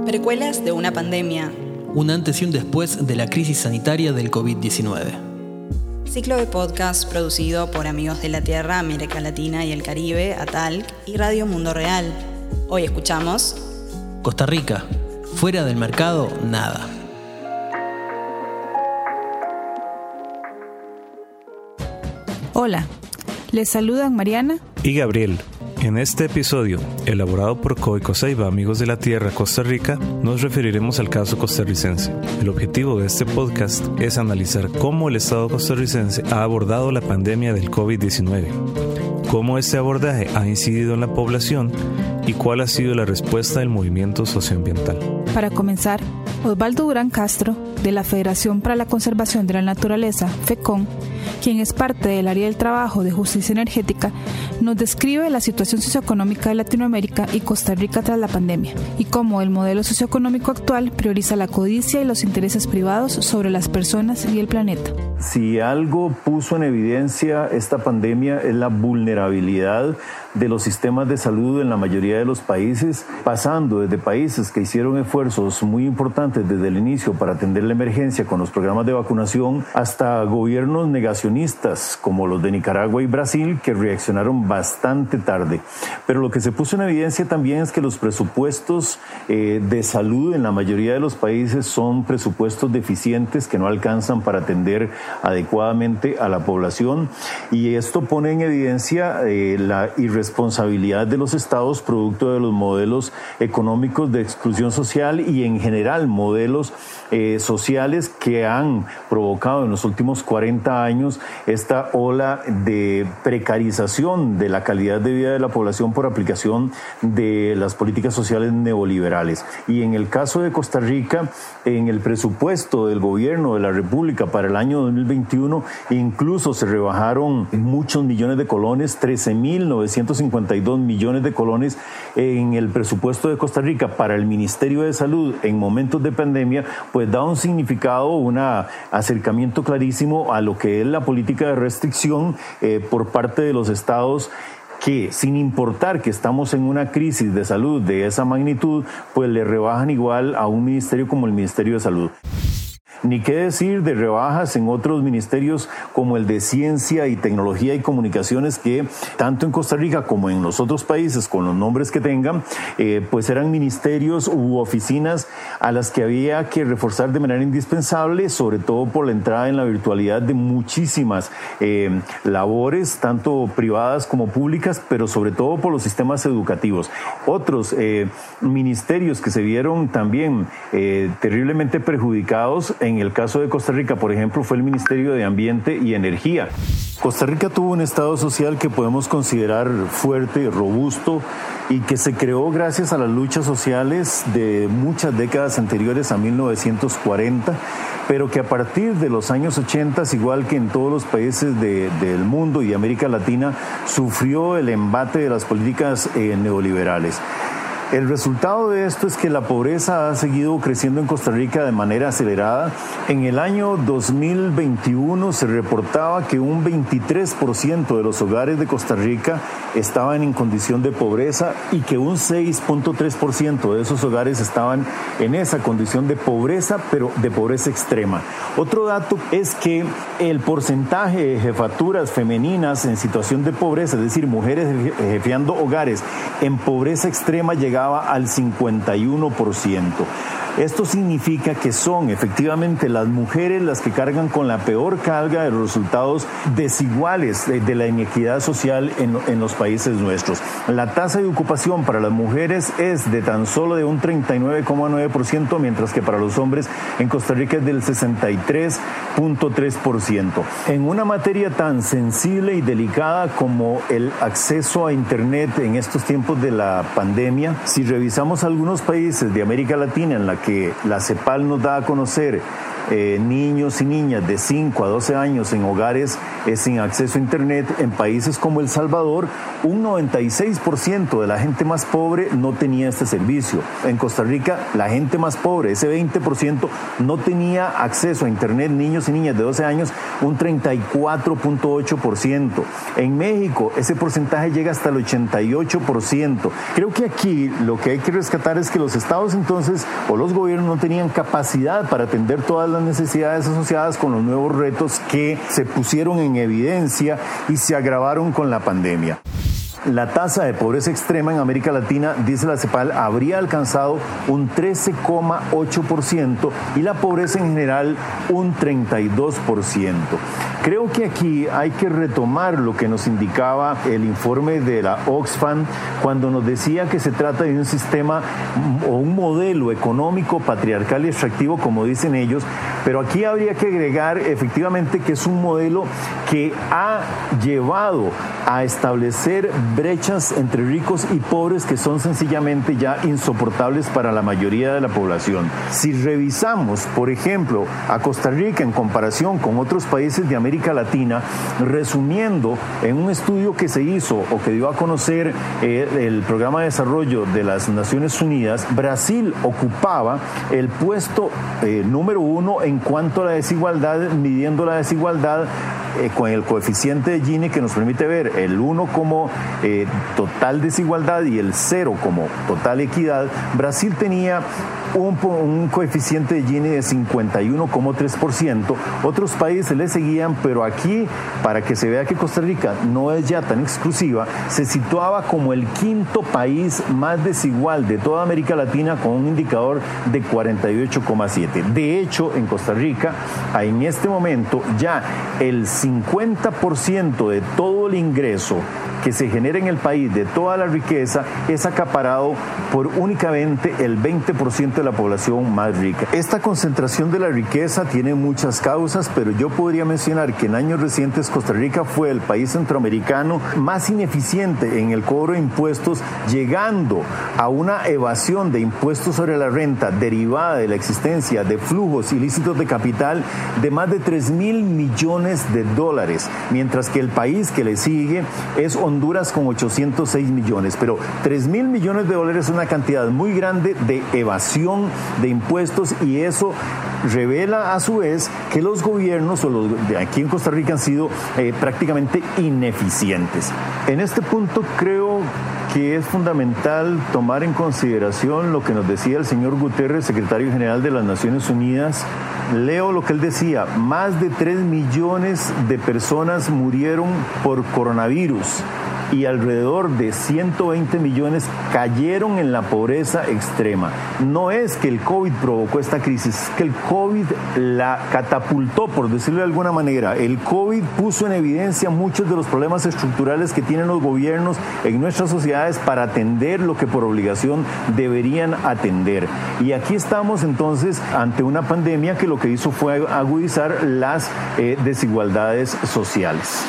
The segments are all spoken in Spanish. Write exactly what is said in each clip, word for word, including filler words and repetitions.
Precuelas de una pandemia. Un antes y un después de la crisis sanitaria del covid diecinueve. Ciclo de podcast producido por Amigos de la Tierra, América Latina y el Caribe, ATALC, y Radio Mundo Real. Hoy escuchamos... Costa Rica. Fuera del mercado, nada. Hola, les saludan Mariana y Gabriel. En este episodio, elaborado por Coicoseiba, Amigos de la Tierra, Costa Rica, nos referiremos al caso costarricense. El objetivo de este podcast es analizar cómo el Estado costarricense ha abordado la pandemia del covid diecinueve, cómo este abordaje ha incidido en la población y cuál ha sido la respuesta del movimiento socioambiental. Para comenzar, Osvaldo Durán Castro, de la Federación para la Conservación de la Naturaleza, FECON, quien es parte del área del trabajo de justicia energética, nos describe la situación socioeconómica de Latinoamérica y Costa Rica tras la pandemia y cómo el modelo socioeconómico actual prioriza la codicia y los intereses privados sobre las personas y el planeta. Si algo puso en evidencia esta pandemia es la vulnerabilidad de los sistemas de salud en la mayoría de los países, pasando desde países que hicieron esfuerzos muy importantes desde el inicio para atender la emergencia con los programas de vacunación, hasta gobiernos negacionistas como los de Nicaragua y Brasil, que reaccionaron bastante tarde. Pero lo que se puso en evidencia también es que los presupuestos eh, de salud en la mayoría de los países son presupuestos deficientes que no alcanzan para atender adecuadamente a la población, y esto pone en evidencia eh, la irresponsabilidad de los estados producto de los modelos económicos de exclusión social y en general modelos eh, sociales que han provocado en los últimos cuarenta años esta ola de precarización de la calidad de vida de la población por aplicación de las políticas sociales neoliberales. Y en el caso de Costa Rica, en el presupuesto del gobierno de la República para el año dos mil veintiuno, incluso se rebajaron muchos millones de colones, trece mil novecientos cincuenta y dos millones de colones en el presupuesto de Costa Rica para el Ministerio de Salud en momentos de pandemia, pues da un significado, un acercamiento clarísimo a lo que es la política de restricción eh, por parte de los estados, que sin importar que estamos en una crisis de salud de esa magnitud, pues le rebajan igual a un ministerio como el Ministerio de Salud. Ni qué decir de rebajas en otros ministerios como el de Ciencia y Tecnología y Comunicaciones, que tanto en Costa Rica como en los otros países, con los nombres que tengan, eh, pues eran ministerios u oficinas a las que había que reforzar de manera indispensable, sobre todo por la entrada en la virtualidad de muchísimas eh, labores, tanto privadas como públicas, pero sobre todo por los sistemas educativos. Otros eh, ministerios que se vieron también eh, terriblemente perjudicados, en el caso de Costa Rica, por ejemplo, fue el Ministerio de Ambiente y Energía. Costa Rica tuvo un estado social que podemos considerar fuerte, robusto, y que se creó gracias a las luchas sociales de muchas décadas anteriores a mil novecientos cuarenta, pero que a partir de los años ochenta, igual que en todos los países de, del mundo y América Latina, sufrió el embate de las políticas eh, neoliberales. El resultado de esto es que la pobreza ha seguido creciendo en Costa Rica de manera acelerada. En el año dos mil veintiuno se reportaba que un veintitrés por ciento de los hogares de Costa Rica estaban en condición de pobreza y que un seis punto tres por ciento de esos hogares estaban en esa condición de pobreza, pero de pobreza extrema. Otro dato es que el porcentaje de jefaturas femeninas en situación de pobreza, es decir, mujeres jefeando hogares en pobreza extrema, llegaba al cincuenta y uno por ciento. Esto significa que son efectivamente las mujeres las que cargan con la peor carga de los resultados desiguales de la inequidad social en, en los países nuestros. La tasa de ocupación para las mujeres es de tan solo de un treinta y nueve coma nueve por ciento, mientras que para los hombres en Costa Rica es del sesenta y tres punto tres por ciento. En una materia tan sensible y delicada como el acceso a Internet en estos tiempos de la pandemia, si revisamos algunos países de América Latina en la que la CEPAL nos da a conocer eh, niños y niñas de cinco a doce años en hogares eh, sin acceso a Internet. En países como El Salvador, un noventa y seis por ciento de la gente más pobre no tenía este servicio. En Costa Rica, la gente más pobre, ese veinte por ciento, no tenía acceso a Internet, niños y niñas de doce años, un treinta y cuatro punto ocho por ciento. En México, ese porcentaje llega hasta el ochenta y ocho por ciento. Creo que aquí lo que hay que rescatar es que los estados entonces, o los gobiernos, no tenían capacidad para atender todas las necesidades asociadas con los nuevos retos que se pusieron en evidencia y se agravaron con la pandemia. La tasa de pobreza extrema en América Latina, dice la CEPAL, habría alcanzado un trece coma ocho por ciento y la pobreza en general un treinta y dos por ciento. Creo que aquí hay que retomar lo que nos indicaba el informe de la Oxfam cuando nos decía que se trata de un sistema o un modelo económico patriarcal y extractivo, como dicen ellos, pero aquí habría que agregar efectivamente que es un modelo que ha llevado a establecer brechas entre ricos y pobres que son sencillamente ya insoportables para la mayoría de la población. Si revisamos, por ejemplo, a Costa Rica en comparación con otros países de América Latina, resumiendo en un estudio que se hizo o que dio a conocer eh, el Programa de Desarrollo de las Naciones Unidas, Brasil ocupaba el puesto eh, número uno en cuanto a la desigualdad, midiendo la desigualdad eh, con el coeficiente de Gini que nos permite ver el uno como eh, total desigualdad y el cero como total equidad. Brasil tenía un, un coeficiente de Gini de cincuenta y uno coma tres por ciento. Otros países le seguían, pero aquí, para que se vea que Costa Rica no es ya tan exclusiva, se situaba como el quinto país más desigual de toda América Latina con un indicador de cuarenta y ocho coma siete. De hecho, en Costa Rica, en este momento, ya el cincuenta por ciento de todo el ingreso que se genera en el país, de toda la riqueza, es acaparado por únicamente el veinte por ciento de la población más rica. Esta concentración de la riqueza tiene muchas causas, pero yo podría mencionar que en años recientes Costa Rica fue el país centroamericano más ineficiente en el cobro de impuestos, llegando a una evasión de impuestos sobre la renta derivada de la existencia de flujos ilícitos de capital de más de tres mil millones de dólares, mientras que el país que le sigue es Honduras con ochocientos seis millones, pero tres mil millones de dólares es una cantidad muy grande de evasión de impuestos, y eso revela a su vez que los gobiernos o los de aquí en Costa Rica han sido eh, prácticamente ineficientes. En este punto creo que es fundamental tomar en consideración lo que nos decía el señor Guterres, secretario general de las Naciones Unidas. Leo lo que él decía: más de tres millones de personas murieron por coronavirus y alrededor de ciento veinte millones cayeron en la pobreza extrema. No es que el COVID provocó esta crisis, es que el COVID la catapultó, por decirlo de alguna manera. El COVID puso en evidencia muchos de los problemas estructurales que tienen los gobiernos en nuestras sociedades para atender lo que por obligación deberían atender. Y aquí estamos entonces ante una pandemia que lo que hizo fue agudizar las eh, desigualdades sociales.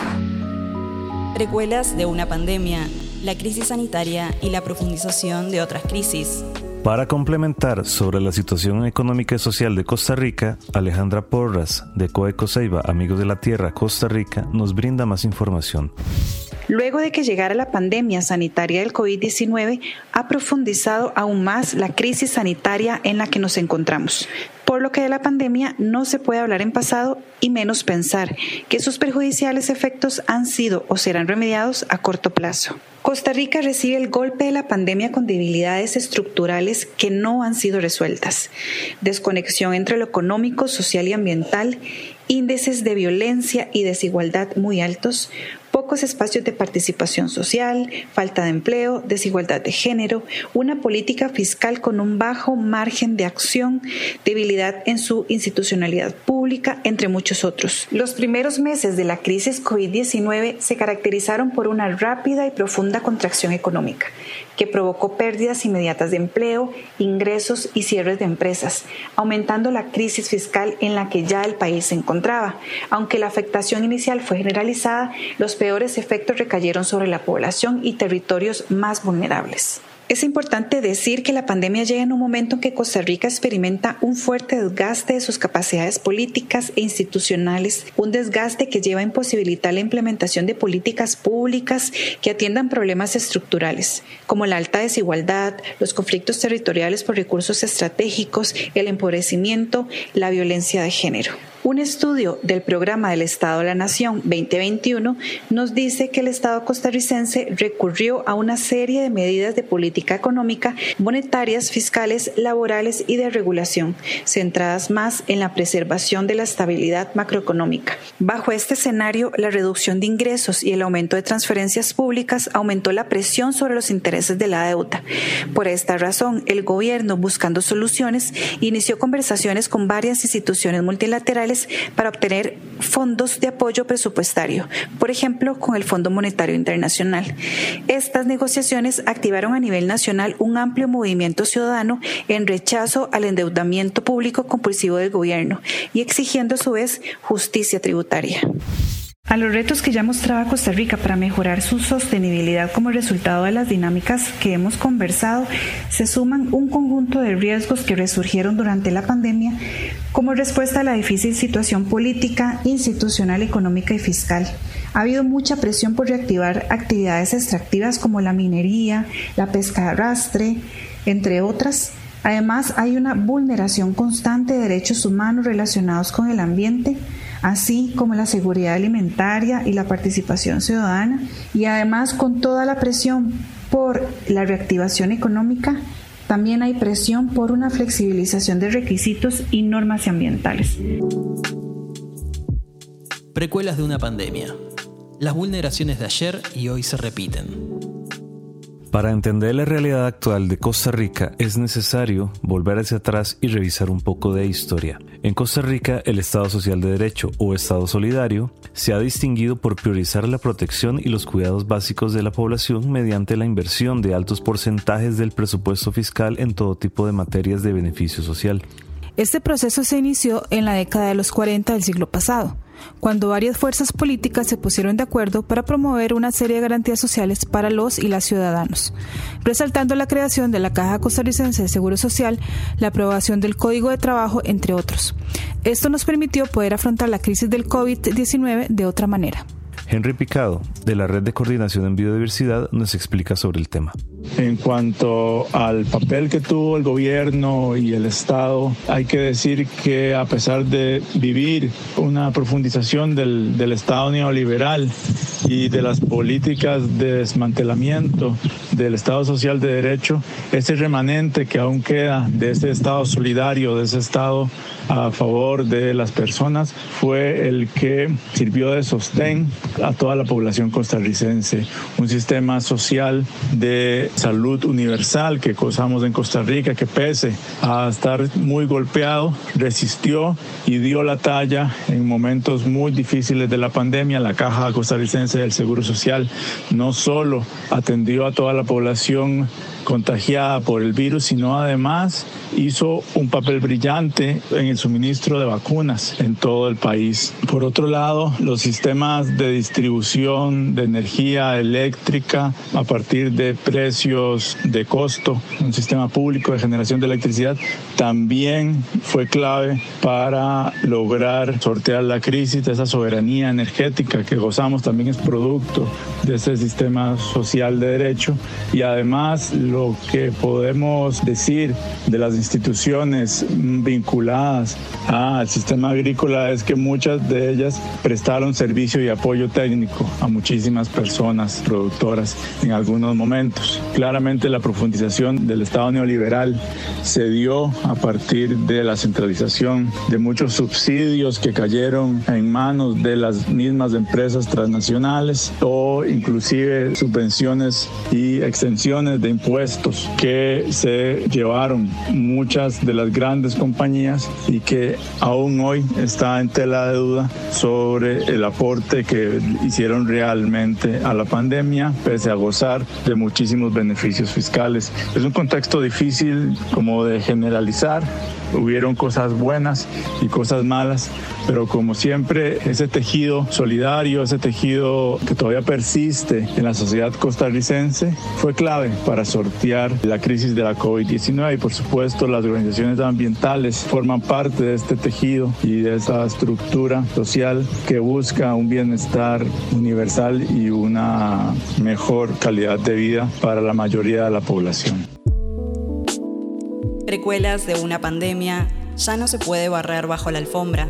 Precuelas de una pandemia, la crisis sanitaria y la profundización de otras crisis. Para complementar sobre la situación económica y social de Costa Rica, Alejandra Porras, de Coecoseiba, Amigos de la Tierra, Costa Rica, nos brinda más información. Luego de que llegara la pandemia sanitaria del COVID diecinueve, ha profundizado aún más la crisis sanitaria en la que nos encontramos, por lo que de la pandemia no se puede hablar en pasado y menos pensar que sus perjudiciales efectos han sido o serán remediados a corto plazo. Costa Rica recibe el golpe de la pandemia con debilidades estructurales que no han sido resueltas: desconexión entre lo económico, social y ambiental, índices de violencia y desigualdad muy altos, pocos espacios de participación social, falta de empleo, desigualdad de género, una política fiscal con un bajo margen de acción, debilidad en su institucionalidad pública, entre muchos otros. Los primeros meses de la crisis COVID diecinueve se caracterizaron por una rápida y profunda contracción económica, que provocó pérdidas inmediatas de empleo, ingresos y cierres de empresas, aumentando la crisis fiscal en la que ya el país se encontraba. Aunque la afectación inicial fue generalizada, los peores efectos recayeron sobre la población y territorios más vulnerables. Es importante decir que la pandemia llega en un momento en que Costa Rica experimenta un fuerte desgaste de sus capacidades políticas e institucionales, un desgaste que lleva a imposibilitar la implementación de políticas públicas que atiendan problemas estructurales, como la alta desigualdad, los conflictos territoriales por recursos estratégicos, el empobrecimiento, la violencia de género. Un estudio del Programa del Estado de la Nación veinte veintiuno nos dice que el Estado costarricense recurrió a una serie de medidas de política económica, monetarias, fiscales, laborales y de regulación, centradas más en la preservación de la estabilidad macroeconómica. Bajo este escenario, la reducción de ingresos y el aumento de transferencias públicas aumentó la presión sobre los intereses de la deuda. Por esta razón, el gobierno, buscando soluciones, inició conversaciones con varias instituciones multilaterales para obtener fondos de apoyo presupuestario, por ejemplo, con el Fondo Monetario Internacional. Estas negociaciones activaron a nivel nacional un amplio movimiento ciudadano en rechazo al endeudamiento público compulsivo del gobierno y exigiendo a su vez justicia tributaria. A los retos que ya mostraba Costa Rica para mejorar su sostenibilidad como resultado de las dinámicas que hemos conversado, se suman un conjunto de riesgos que resurgieron durante la pandemia como respuesta a la difícil situación política, institucional, económica y fiscal. Ha habido mucha presión por reactivar actividades extractivas como la minería, la pesca de arrastre, entre otras. Además, hay una vulneración constante de derechos humanos relacionados con el ambiente, así como la seguridad alimentaria y la participación ciudadana, y además con toda la presión por la reactivación económica, también hay presión por una flexibilización de requisitos y normas ambientales. Precuelas de una pandemia. Las vulneraciones de ayer y hoy se repiten. Para entender la realidad actual de Costa Rica es necesario volver hacia atrás y revisar un poco de historia. En Costa Rica, el Estado Social de Derecho o Estado Solidario se ha distinguido por priorizar la protección y los cuidados básicos de la población mediante la inversión de altos porcentajes del presupuesto fiscal en todo tipo de materias de beneficio social. Este proceso se inició en la década de los cuarenta del siglo pasado, cuando varias fuerzas políticas se pusieron de acuerdo para promover una serie de garantías sociales para los y las ciudadanos, resaltando la creación de la Caja Costarricense de Seguro Social, la aprobación del Código de Trabajo, entre otros. Esto nos permitió poder afrontar la crisis del covid diecinueve de otra manera. Henry Picado, de la Red de Coordinación en Biodiversidad, nos explica sobre el tema. En cuanto al papel que tuvo el gobierno y el Estado, hay que decir que a pesar de vivir una profundización del, del Estado neoliberal y de las políticas de desmantelamiento del Estado Social de Derecho, ese remanente que aún queda de ese Estado solidario, de ese Estado a favor de las personas, fue el que sirvió de sostén a toda la población costarricense. Un sistema social de salud universal que gozamos en Costa Rica, que pese a estar muy golpeado, resistió y dio la talla en momentos muy difíciles de la pandemia. La Caja Costarricense del Seguro Social no solo atendió a toda la población contagiada por el virus, sino además hizo un papel brillante en el suministro de vacunas en todo el país. Por otro lado, los sistemas de distribución de energía eléctrica a partir de precios de costo, un sistema público de generación de electricidad, también fue clave para lograr sortear la crisis. Esa soberanía energética que gozamos también es producto de ese sistema social de derecho. Y además, lo que podemos decir de las instituciones vinculadas al sistema agrícola es que muchas de ellas prestaron servicio y apoyo técnico a muchísimas personas productoras en algunos momentos. Claramente la profundización del Estado neoliberal se dio a partir de la centralización de muchos subsidios que cayeron en manos de las mismas empresas transnacionales o inclusive subvenciones y extensiones de impuestos que se llevaron muchas de las grandes compañías y que aún hoy está en tela de duda sobre el aporte que hicieron realmente a la pandemia, pese a gozar de muchísimos beneficios fiscales. Es un contexto difícil, como como de generalizar. Hubieron cosas buenas y cosas malas, pero como siempre, ese tejido solidario, ese tejido que todavía persiste en la sociedad costarricense, fue clave para sortear la crisis de la covid diecinueve y por supuesto las organizaciones ambientales forman parte de este tejido y de esa estructura social que busca un bienestar universal y una mejor calidad de vida para la mayoría de la población. Precuelas de una pandemia ya no se puede barrer bajo la alfombra.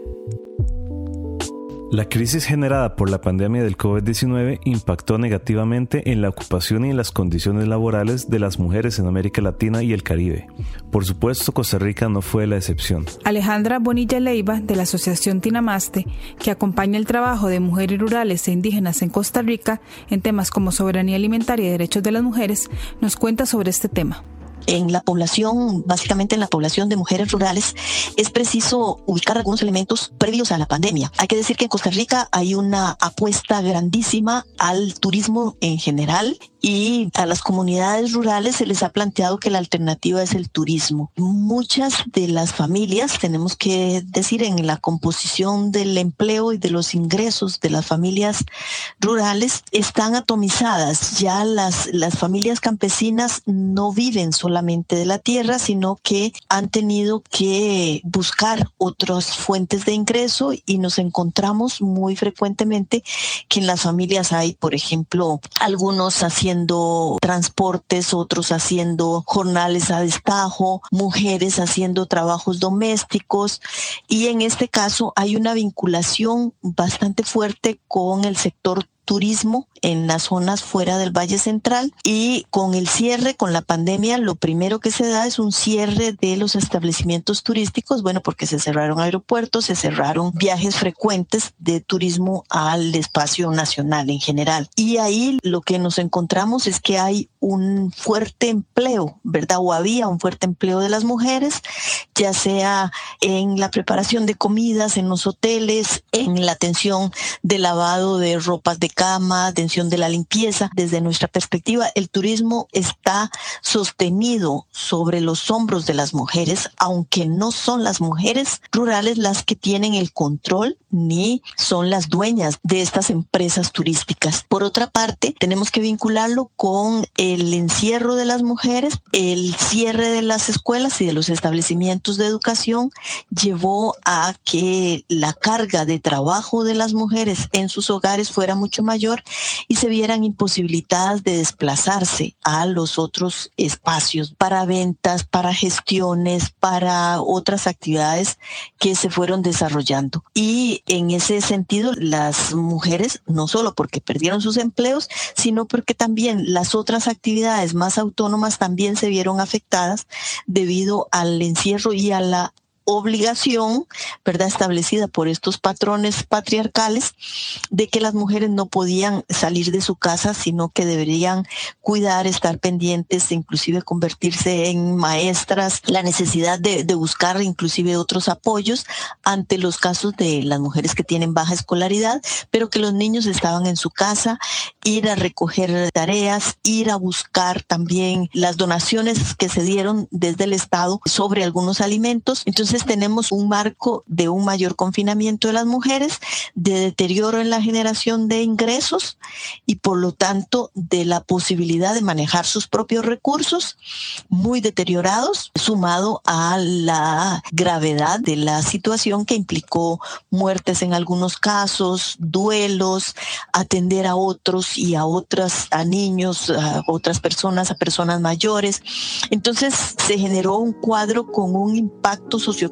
La crisis generada por la pandemia del covid diecinueve impactó negativamente en la ocupación y en las condiciones laborales de las mujeres en América Latina y el Caribe. Por supuesto, Costa Rica no fue la excepción. Alejandra Bonilla Leiva, de la Asociación Tinamaste, que acompaña el trabajo de mujeres rurales e indígenas en Costa Rica en temas como soberanía alimentaria y derechos de las mujeres, nos cuenta sobre este tema. En la población, básicamente en la población de mujeres rurales, es preciso ubicar algunos elementos previos a la pandemia. Hay que decir que en Costa Rica hay una apuesta grandísima al turismo en general y a las comunidades rurales se les ha planteado que la alternativa es el turismo. Muchas de las familias, tenemos que decir, en la composición del empleo y de los ingresos de las familias rurales están atomizadas. Ya las, las familias campesinas no viven solamente de la tierra, sino que han tenido que buscar otras fuentes de ingreso y nos encontramos muy frecuentemente que en las familias hay, por ejemplo, algunos haciendo transportes, otros haciendo jornales a destajo, mujeres haciendo trabajos domésticos y en este caso hay una vinculación bastante fuerte con el sector turismo en las zonas fuera del Valle Central y con el cierre, con la pandemia, lo primero que se da es un cierre de los establecimientos turísticos, bueno, porque se cerraron aeropuertos, se cerraron viajes frecuentes de turismo al espacio nacional en general. Y ahí lo que nos encontramos es que hay un fuerte empleo, ¿verdad? O había un fuerte empleo de las mujeres, ya sea en la preparación de comidas, en los hoteles, en la atención de lavado de ropas de cama, atención de la limpieza. Desde nuestra perspectiva, el turismo está sostenido sobre los hombros de las mujeres, aunque no son las mujeres rurales las que tienen el control ni son las dueñas de estas empresas turísticas. Por otra parte, tenemos que vincularlo con el encierro de las mujeres. El cierre de las escuelas y de los establecimientos de educación llevó a que la carga de trabajo de las mujeres en sus hogares fuera mucho mayor y se vieran imposibilitadas de desplazarse a los otros espacios para ventas, para gestiones, para otras actividades que se fueron desarrollando. Y en ese sentido, las mujeres, no solo porque perdieron sus empleos, sino porque también las otras actividades más autónomas también se vieron afectadas debido al encierro y a la obligación, ¿verdad?, establecida por estos patrones patriarcales de que las mujeres no podían salir de su casa, sino que deberían cuidar, estar pendientes, inclusive convertirse en maestras, la necesidad de, de buscar inclusive otros apoyos ante los casos de las mujeres que tienen baja escolaridad, pero que los niños estaban en su casa, ir a recoger tareas, ir a buscar también las donaciones que se dieron desde el Estado sobre algunos alimentos. Entonces tenemos un marco de un mayor confinamiento de las mujeres, de deterioro en la generación de ingresos y por lo tanto de la posibilidad de manejar sus propios recursos muy deteriorados, sumado a la gravedad de la situación que implicó muertes en algunos casos, duelos, atender a otros y a otras, a niños, a otras personas, a personas mayores. Entonces se generó un cuadro con un impacto socioeconómico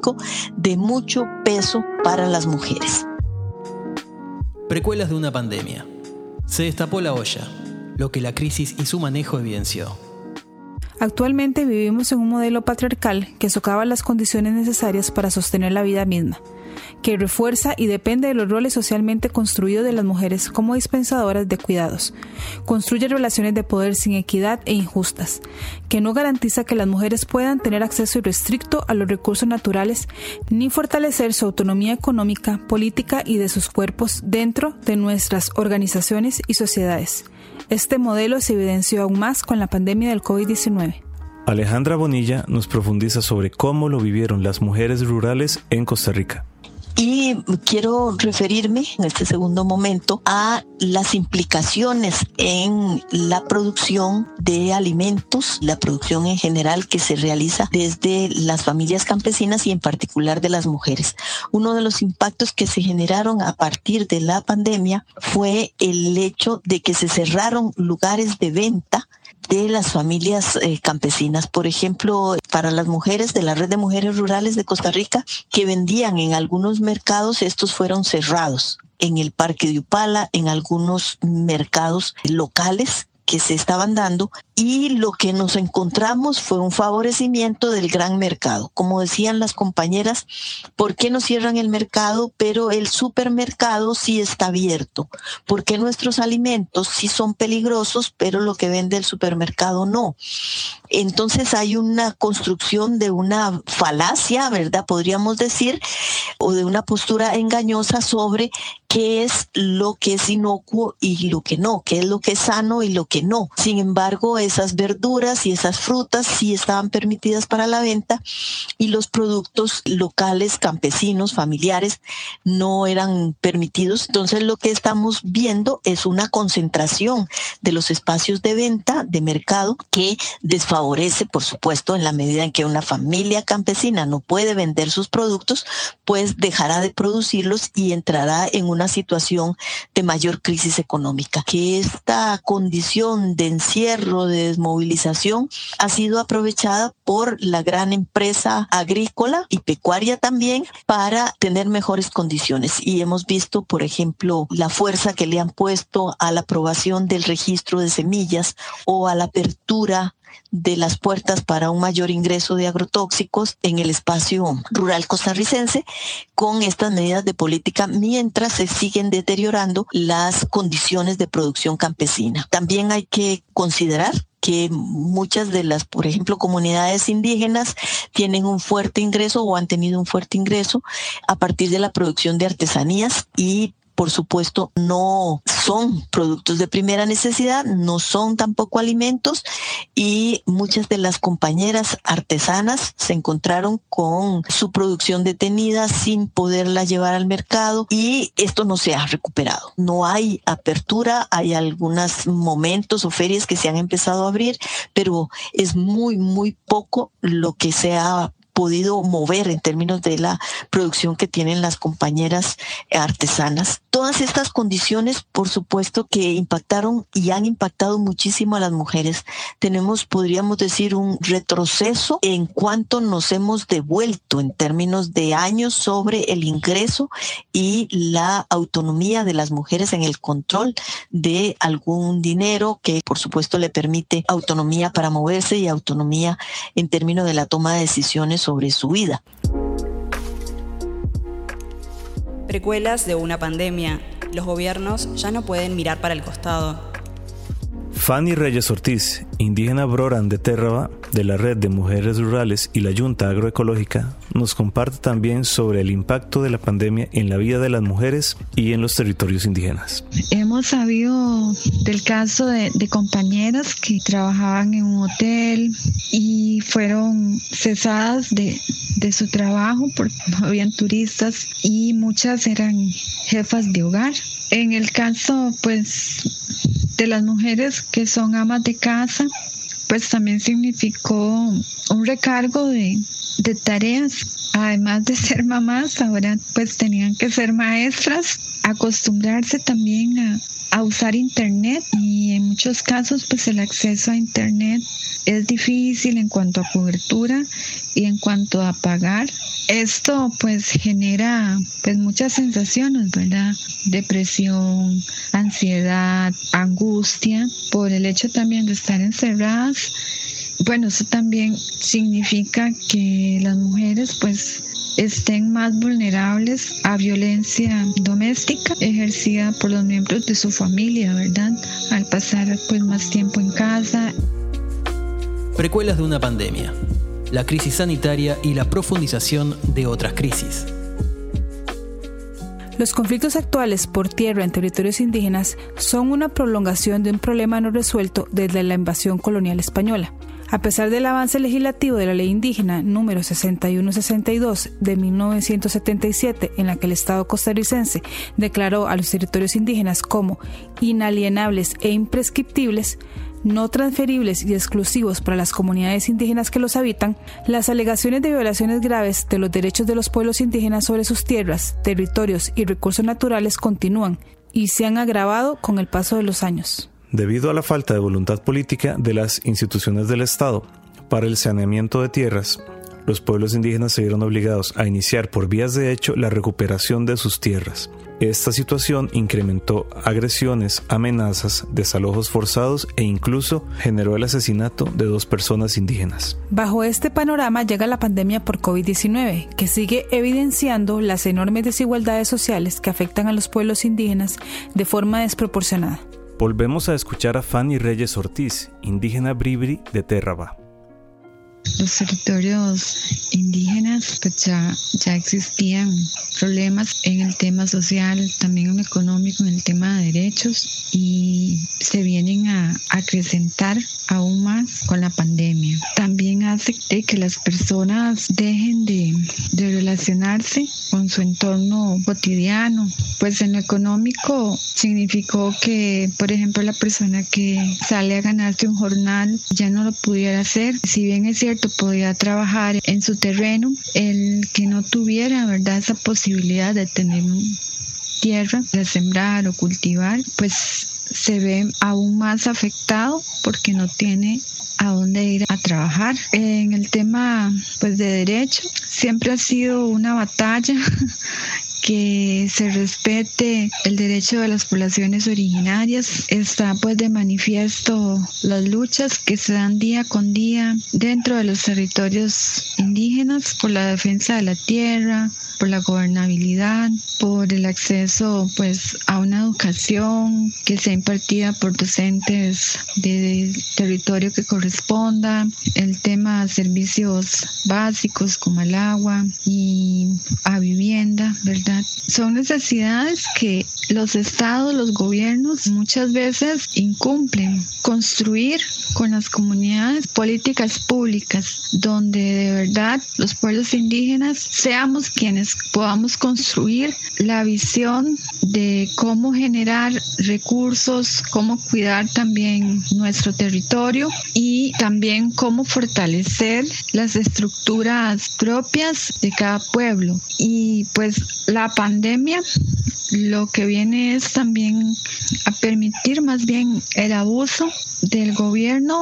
de mucho peso para las mujeres. Precuelas de una pandemia. Se destapó la olla, lo que la crisis y su manejo evidenció. Actualmente vivimos en un modelo patriarcal que socava las condiciones necesarias para sostener la vida misma, que refuerza y depende de los roles socialmente construidos de las mujeres como dispensadoras de cuidados, construye relaciones de poder sin equidad e injustas, que no garantiza que las mujeres puedan tener acceso irrestricto a los recursos naturales ni fortalecer su autonomía económica, política y de sus cuerpos dentro de nuestras organizaciones y sociedades. Este modelo se evidenció aún más con la pandemia del covid diecinueve. Alejandra Bonilla nos profundiza sobre cómo lo vivieron las mujeres rurales en Costa Rica. Y quiero referirme en este segundo momento a las implicaciones en la producción de alimentos, la producción en general que se realiza desde las familias campesinas y en particular de las mujeres. Uno de los impactos que se generaron a partir de la pandemia fue el hecho de que se cerraron lugares de venta de las familias eh, campesinas. Por ejemplo, para las mujeres de la Red de Mujeres Rurales de Costa Rica que vendían en algunos mercados, estos fueron cerrados. En el Parque de Upala, en algunos mercados locales que se estaban dando, y lo que nos encontramos fue un favorecimiento del gran mercado. Como decían las compañeras, ¿por qué no cierran el mercado, pero el supermercado sí está abierto? ¿Por qué nuestros alimentos sí son peligrosos, pero lo que vende el supermercado no? Entonces hay una construcción de una falacia, ¿verdad? Podríamos decir, o de una postura engañosa sobre qué es lo que es inocuo y lo que no, qué es lo que es sano y lo que no. Sin embargo, esas verduras y esas frutas sí estaban permitidas para la venta y los productos locales, campesinos, familiares, no eran permitidos. Entonces lo que estamos viendo es una concentración de los espacios de venta, de mercado, que desfavorece, por supuesto, en la medida en que una familia campesina no puede vender sus productos, pues dejará de producirlos y entrará en una situación de mayor crisis económica. Que esta condición de encierro, de desmovilización, ha sido aprovechada por la gran empresa agrícola y pecuaria también para tener mejores condiciones. Y hemos visto, por ejemplo, la fuerza que le han puesto a la aprobación del registro de semillas o a la apertura de las puertas para un mayor ingreso de agrotóxicos en el espacio rural costarricense con estas medidas de política mientras se siguen deteriorando las condiciones de producción campesina. También hay que considerar que muchas de las, por ejemplo, comunidades indígenas tienen un fuerte ingreso o han tenido un fuerte ingreso a partir de la producción de artesanías y por supuesto, no son productos de primera necesidad, no son tampoco alimentos y muchas de las compañeras artesanas se encontraron con su producción detenida sin poderla llevar al mercado y esto no se ha recuperado. No hay apertura, hay algunos momentos o ferias que se han empezado a abrir, pero es muy, muy poco lo que se ha podido mover en términos de la producción que tienen las compañeras artesanas. Todas estas condiciones, por supuesto, que impactaron y han impactado muchísimo a las mujeres. Tenemos, podríamos decir, un retroceso en cuanto nos hemos devuelto en términos de años sobre el ingreso y la autonomía de las mujeres en el control de algún dinero que, por supuesto, le permite autonomía para moverse y autonomía en términos de la toma de decisiones sobre su vida. Precuelas de una pandemia. Los gobiernos ya no pueden mirar para el costado. Fanny Reyes Ortiz, indígena Broran de Terraba, de la Red de Mujeres Rurales y la Junta Agroecológica, nos comparte también sobre el impacto de la pandemia en la vida de las mujeres y en los territorios indígenas. Hemos sabido del caso de, de compañeras que trabajaban en un hotel y fueron cesadas de, de su trabajo porque no habían turistas y muchas eran jefas de hogar. En el caso, pues, de las mujeres que son amas de casa, pues también significó un recargo de, de tareas. Además de ser mamás, ahora pues tenían que ser maestras, acostumbrarse también a, a usar internet y en muchos casos pues el acceso a internet es difícil en cuanto a cobertura y en cuanto a pagar. Esto pues genera pues muchas sensaciones, ¿verdad? Depresión, ansiedad, angustia por el hecho también de estar encerradas. Bueno, eso también significa que las mujeres pues estén más vulnerables a violencia doméstica ejercida por los miembros de su familia, ¿verdad? Al pasar pues más tiempo en casa. Precuelas de una pandemia. La crisis sanitaria y la profundización de otras crisis. Los conflictos actuales por tierra en territorios indígenas son una prolongación de un problema no resuelto desde la invasión colonial española. A pesar del avance legislativo de la Ley Indígena número sesenta y uno sesenta y dos de mil novecientos setenta y siete, en la que el Estado costarricense declaró a los territorios indígenas como inalienables e imprescriptibles, no transferibles y exclusivos para las comunidades indígenas que los habitan, las alegaciones de violaciones graves de los derechos de los pueblos indígenas sobre sus tierras, territorios y recursos naturales continúan y se han agravado con el paso de los años. Debido a la falta de voluntad política de las instituciones del Estado para el saneamiento de tierras, los pueblos indígenas se vieron obligados a iniciar por vías de hecho la recuperación de sus tierras. Esta situación incrementó agresiones, amenazas, desalojos forzados e incluso generó el asesinato de dos personas indígenas. Bajo este panorama llega la pandemia por covid diecinueve, que sigue evidenciando las enormes desigualdades sociales que afectan a los pueblos indígenas de forma desproporcionada. Volvemos a escuchar a Fanny Reyes Ortiz, indígena bribri de Terraba. Los territorios indígenas pues ya, ya existían problemas en el tema social, también en el económico, en el tema de derechos, y se vienen a acrecentar aún más con la pandemia. También hace que las personas dejen de, de relacionarse con su entorno cotidiano. Pues en lo económico significó que, por ejemplo, la persona que sale a ganarse un jornal ya no lo pudiera hacer. Si bien es cierto, podía trabajar en su terreno, el que no tuviera, ¿verdad?, esa posibilidad de tener tierra para sembrar o cultivar, pues se ve aún más afectado porque no tiene a dónde ir a trabajar. En el tema pues de derecho, siempre ha sido una batalla que se respete el derecho de las poblaciones originarias. Está pues de manifiesto las luchas que se dan día con día dentro de los territorios indígenas por la defensa de la tierra, por la gobernabilidad, por el acceso pues a una educación que sea impartida por docentes del territorio que corresponda, el tema de servicios básicos como el agua y a vivienda, ¿verdad? Son necesidades que los estados, los gobiernos muchas veces incumplen. Construir con las comunidades políticas públicas donde de verdad los pueblos indígenas seamos quienes podamos construir la visión de cómo generar recursos, cómo cuidar también nuestro territorio y también cómo fortalecer las estructuras propias de cada pueblo. Y pues la pandemia lo que viene es también a permitir más bien el abuso del gobierno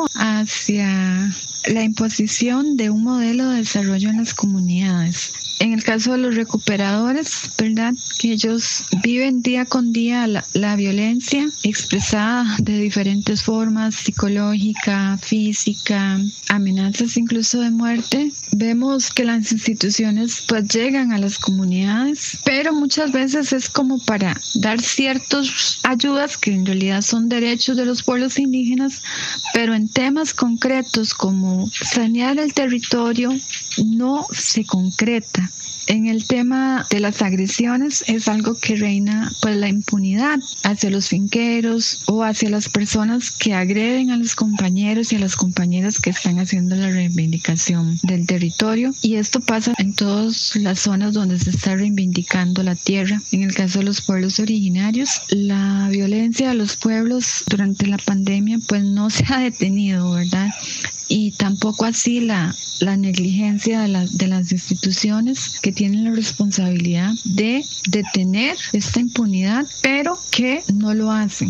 hacia la imposición de un modelo de desarrollo en las comunidades. En el caso de los recuperadores, ¿verdad?, que ellos viven día con día la, la violencia expresada de diferentes formas, psicológica, física, amenazas incluso de muerte. Vemos que las instituciones pues llegan a las comunidades, pero muchas veces es como para dar ciertas ayudas que en realidad son derechos de los pueblos indígenas, pero en temas concretos como sanear el territorio no se concreta. En el tema de las agresiones es algo que reina pues la impunidad hacia los finqueros o hacia las personas que agreden a los compañeros y a las compañeras que están haciendo la reivindicación del territorio, y esto pasa en todas las zonas donde se está reivindicando la tierra. En el caso de los pueblos originarios, la violencia a los pueblos durante la pandemia pues no se ha detenido, ¿verdad? Y tampoco así la, la negligencia de, la, de las instituciones que tienen la responsabilidad de detener esta impunidad, pero que no lo hacen.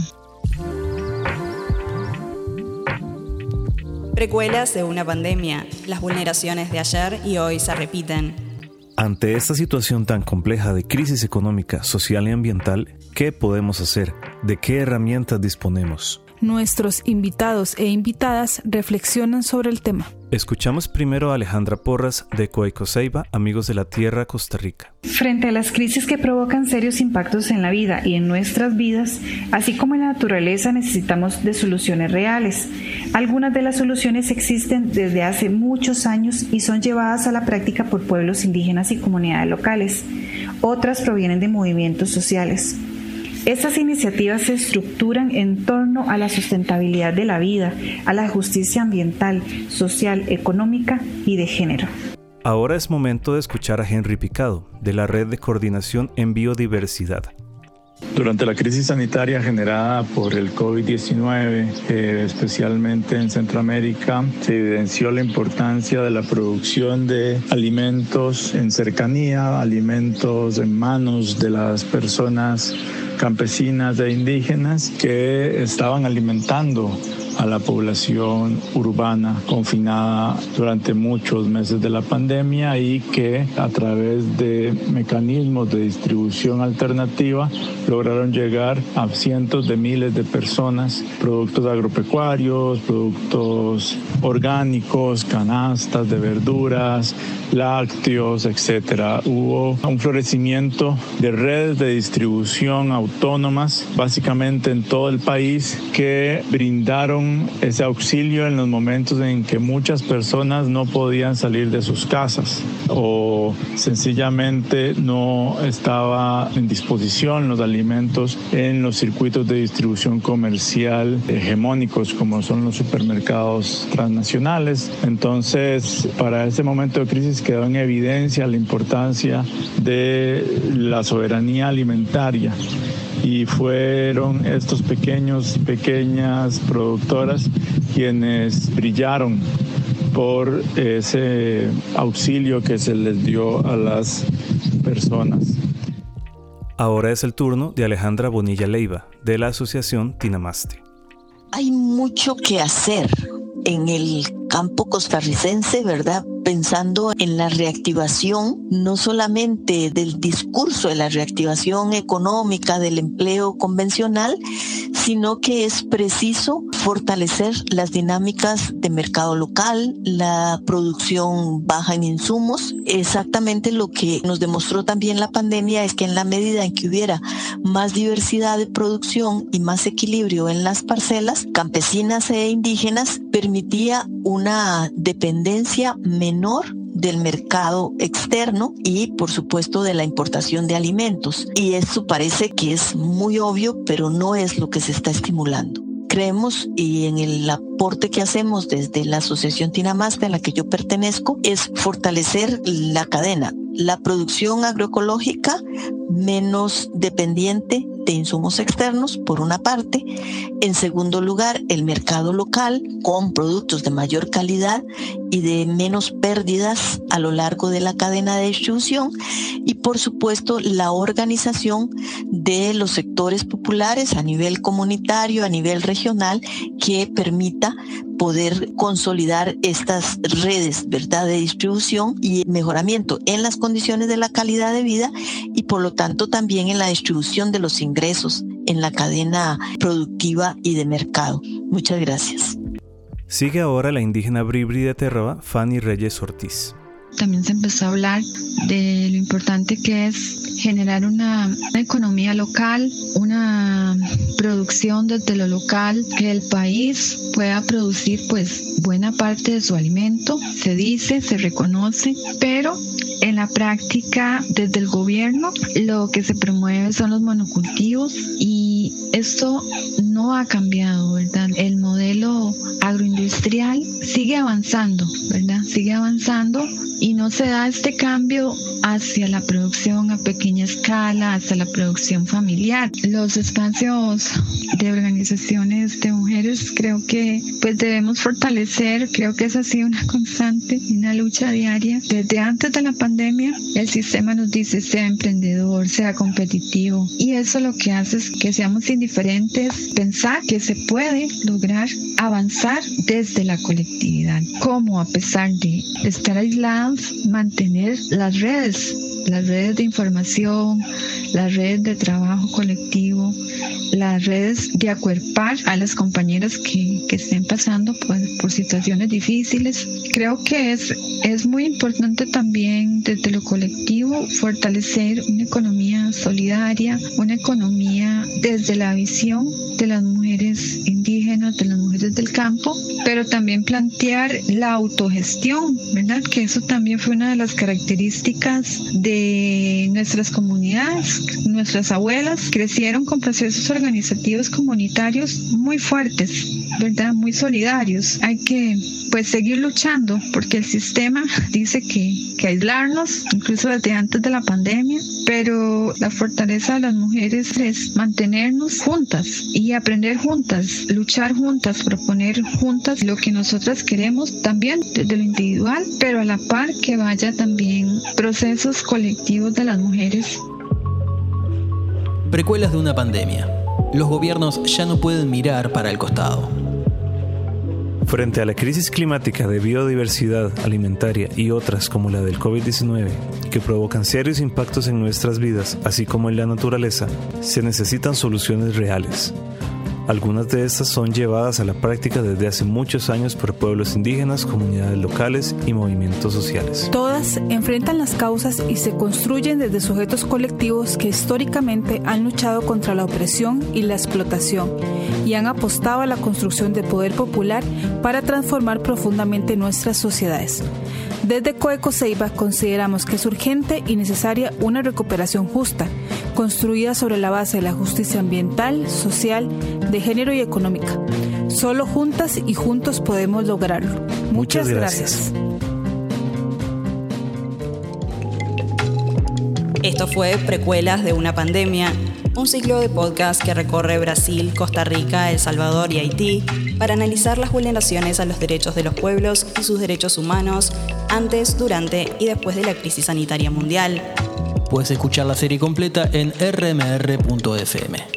Precuelas de una pandemia. Las vulneraciones de ayer y hoy se repiten. Ante esta situación tan compleja de crisis económica, social y ambiental, ¿qué podemos hacer? ¿De qué herramientas disponemos? Nuestros invitados e invitadas reflexionan sobre el tema. Escuchamos primero a Alejandra Porras de Coicoseiba, Amigos de la Tierra, Costa Rica. Frente a las crisis que provocan serios impactos en la vida y en nuestras vidas, así como en la naturaleza, necesitamos de soluciones reales. Algunas de las soluciones existen desde hace muchos años y son llevadas a la práctica por pueblos indígenas y comunidades locales. Otras provienen de movimientos sociales. Estas iniciativas se estructuran en torno a la sustentabilidad de la vida, a la justicia ambiental, social, económica y de género. Ahora es momento de escuchar a Henry Picado, de la Red de Coordinación en Biodiversidad. Durante la crisis sanitaria generada por el COVID diecinueve, eh, especialmente en Centroamérica, se evidenció la importancia de la producción de alimentos en cercanía, alimentos en manos de las personas campesinas e indígenas que estaban alimentando a la población urbana confinada durante muchos meses de la pandemia y que a través de mecanismos de distribución alternativa lograron llegar a cientos de miles de personas, productos agropecuarios, productos orgánicos, canastas de verduras, lácteos, etcétera. Hubo un florecimiento de redes de distribución autónomas, básicamente en todo el país, que brindaron ese auxilio en los momentos en que muchas personas no podían salir de sus casas o sencillamente no estaba en disposición los alimentos en los circuitos de distribución comercial hegemónicos como son los supermercados transnacionales. Entonces, para ese momento de crisis quedó en evidencia la importancia de la soberanía alimentaria. Y fueron estos pequeños y pequeñas productoras quienes brillaron por ese auxilio que se les dio a las personas. Ahora es el turno de Alejandra Bonilla Leiva, de la Asociación Tinamaste. Hay mucho que hacer en el campo costarricense, ¿verdad? Pensando en la reactivación, no solamente del discurso de la reactivación económica del empleo convencional, sino que es preciso fortalecer las dinámicas de mercado local, la producción baja en insumos. Exactamente lo que nos demostró también la pandemia es que en la medida en que hubiera más diversidad de producción y más equilibrio en las parcelas campesinas e indígenas, permitía una dependencia menor del mercado externo y, por supuesto, de la importación de alimentos. Y esto parece que es muy obvio, pero no es lo que se está estimulando. Creemos, y en el aporte que hacemos desde la Asociación Tinamaste, a la que yo pertenezco, es fortalecer la cadena, la producción agroecológica menos dependiente de insumos externos, por una parte. En segundo lugar, el mercado local con productos de mayor calidad y de menos pérdidas a lo largo de la cadena de distribución. Y por supuesto, la organización de los sectores populares a nivel comunitario, a nivel regional, que permita poder consolidar estas redes, ¿verdad?, de distribución y mejoramiento en las condiciones de la calidad de vida y por lo tanto también en la distribución de los ingresos en la cadena productiva y de mercado. Muchas gracias. Sigue ahora la indígena Bribri de Terraba, Fanny Reyes Ortiz. También se empezó a hablar de lo importante que es generar una, una economía local, una producción desde lo local, que el país pueda producir pues buena parte de su alimento, se dice, se reconoce, pero en la práctica desde el gobierno lo que se promueve son los monocultivos y esto no ha cambiado, ¿verdad? El modelo agroindustrial sigue avanzando, ¿verdad? Sigue avanzando y no se da este cambio hacia la producción a pequeña escala, hacia la producción familiar. Los espacios de organizaciones de mujeres creo que pues debemos fortalecer, creo que esa ha sido una constante, una lucha diaria. Desde antes de la pandemia, el sistema nos dice sea emprendedor, sea competitivo y eso lo que hace es que seamos indiferentes, pensar que se puede lograr avanzar desde la colectividad, como a pesar de estar aislados, mantener las redes, las redes de información, las redes de trabajo colectivo, las redes de acuerpar a las compañeras que, que estén pasando por, por situaciones difíciles. Creo que es, es muy importante también desde lo colectivo fortalecer una economía solidaria, una economía desde la visión de las mujeres indígenas, de las mujeres mujeres del campo, pero también plantear la autogestión, ¿verdad? Que eso también fue una de las características de nuestras comunidades. Nuestras abuelas crecieron con procesos organizativos comunitarios muy fuertes, ¿verdad? Muy solidarios. Hay que, pues, seguir luchando porque el sistema dice que, que aislarnos, incluso desde antes de la pandemia, pero la fortaleza de las mujeres es mantenernos juntas y aprender juntas, luchar juntas, proponer juntas lo que nosotras queremos también desde lo individual, pero a la par que vaya también procesos colectivos de las mujeres. Precuelas de una pandemia. Los gobiernos ya no pueden mirar para el costado. Frente a la crisis climática de biodiversidad alimentaria y otras como la del covid diecinueve, que provocan serios impactos en nuestras vidas, así como en la naturaleza, se necesitan soluciones reales. Algunas de estas son llevadas a la práctica desde hace muchos años por pueblos indígenas, comunidades locales y movimientos sociales. Todas enfrentan las causas y se construyen desde sujetos colectivos que históricamente han luchado contra la opresión y la explotación y han apostado a la construcción de poder popular para transformar profundamente nuestras sociedades. Desde Coeco Ceiba consideramos que es urgente y necesaria una recuperación justa, construida sobre la base de la justicia ambiental, social, de género y económica. Solo juntas y juntos podemos lograrlo. Muchas, Muchas gracias. gracias. Esto fue Precuelas de una pandemia, un ciclo de podcast que recorre Brasil, Costa Rica, El Salvador y Haití para analizar las vulneraciones a los derechos de los pueblos y sus derechos humanos antes, durante y después de la crisis sanitaria mundial. Puedes escuchar la serie completa en r m r punto f m.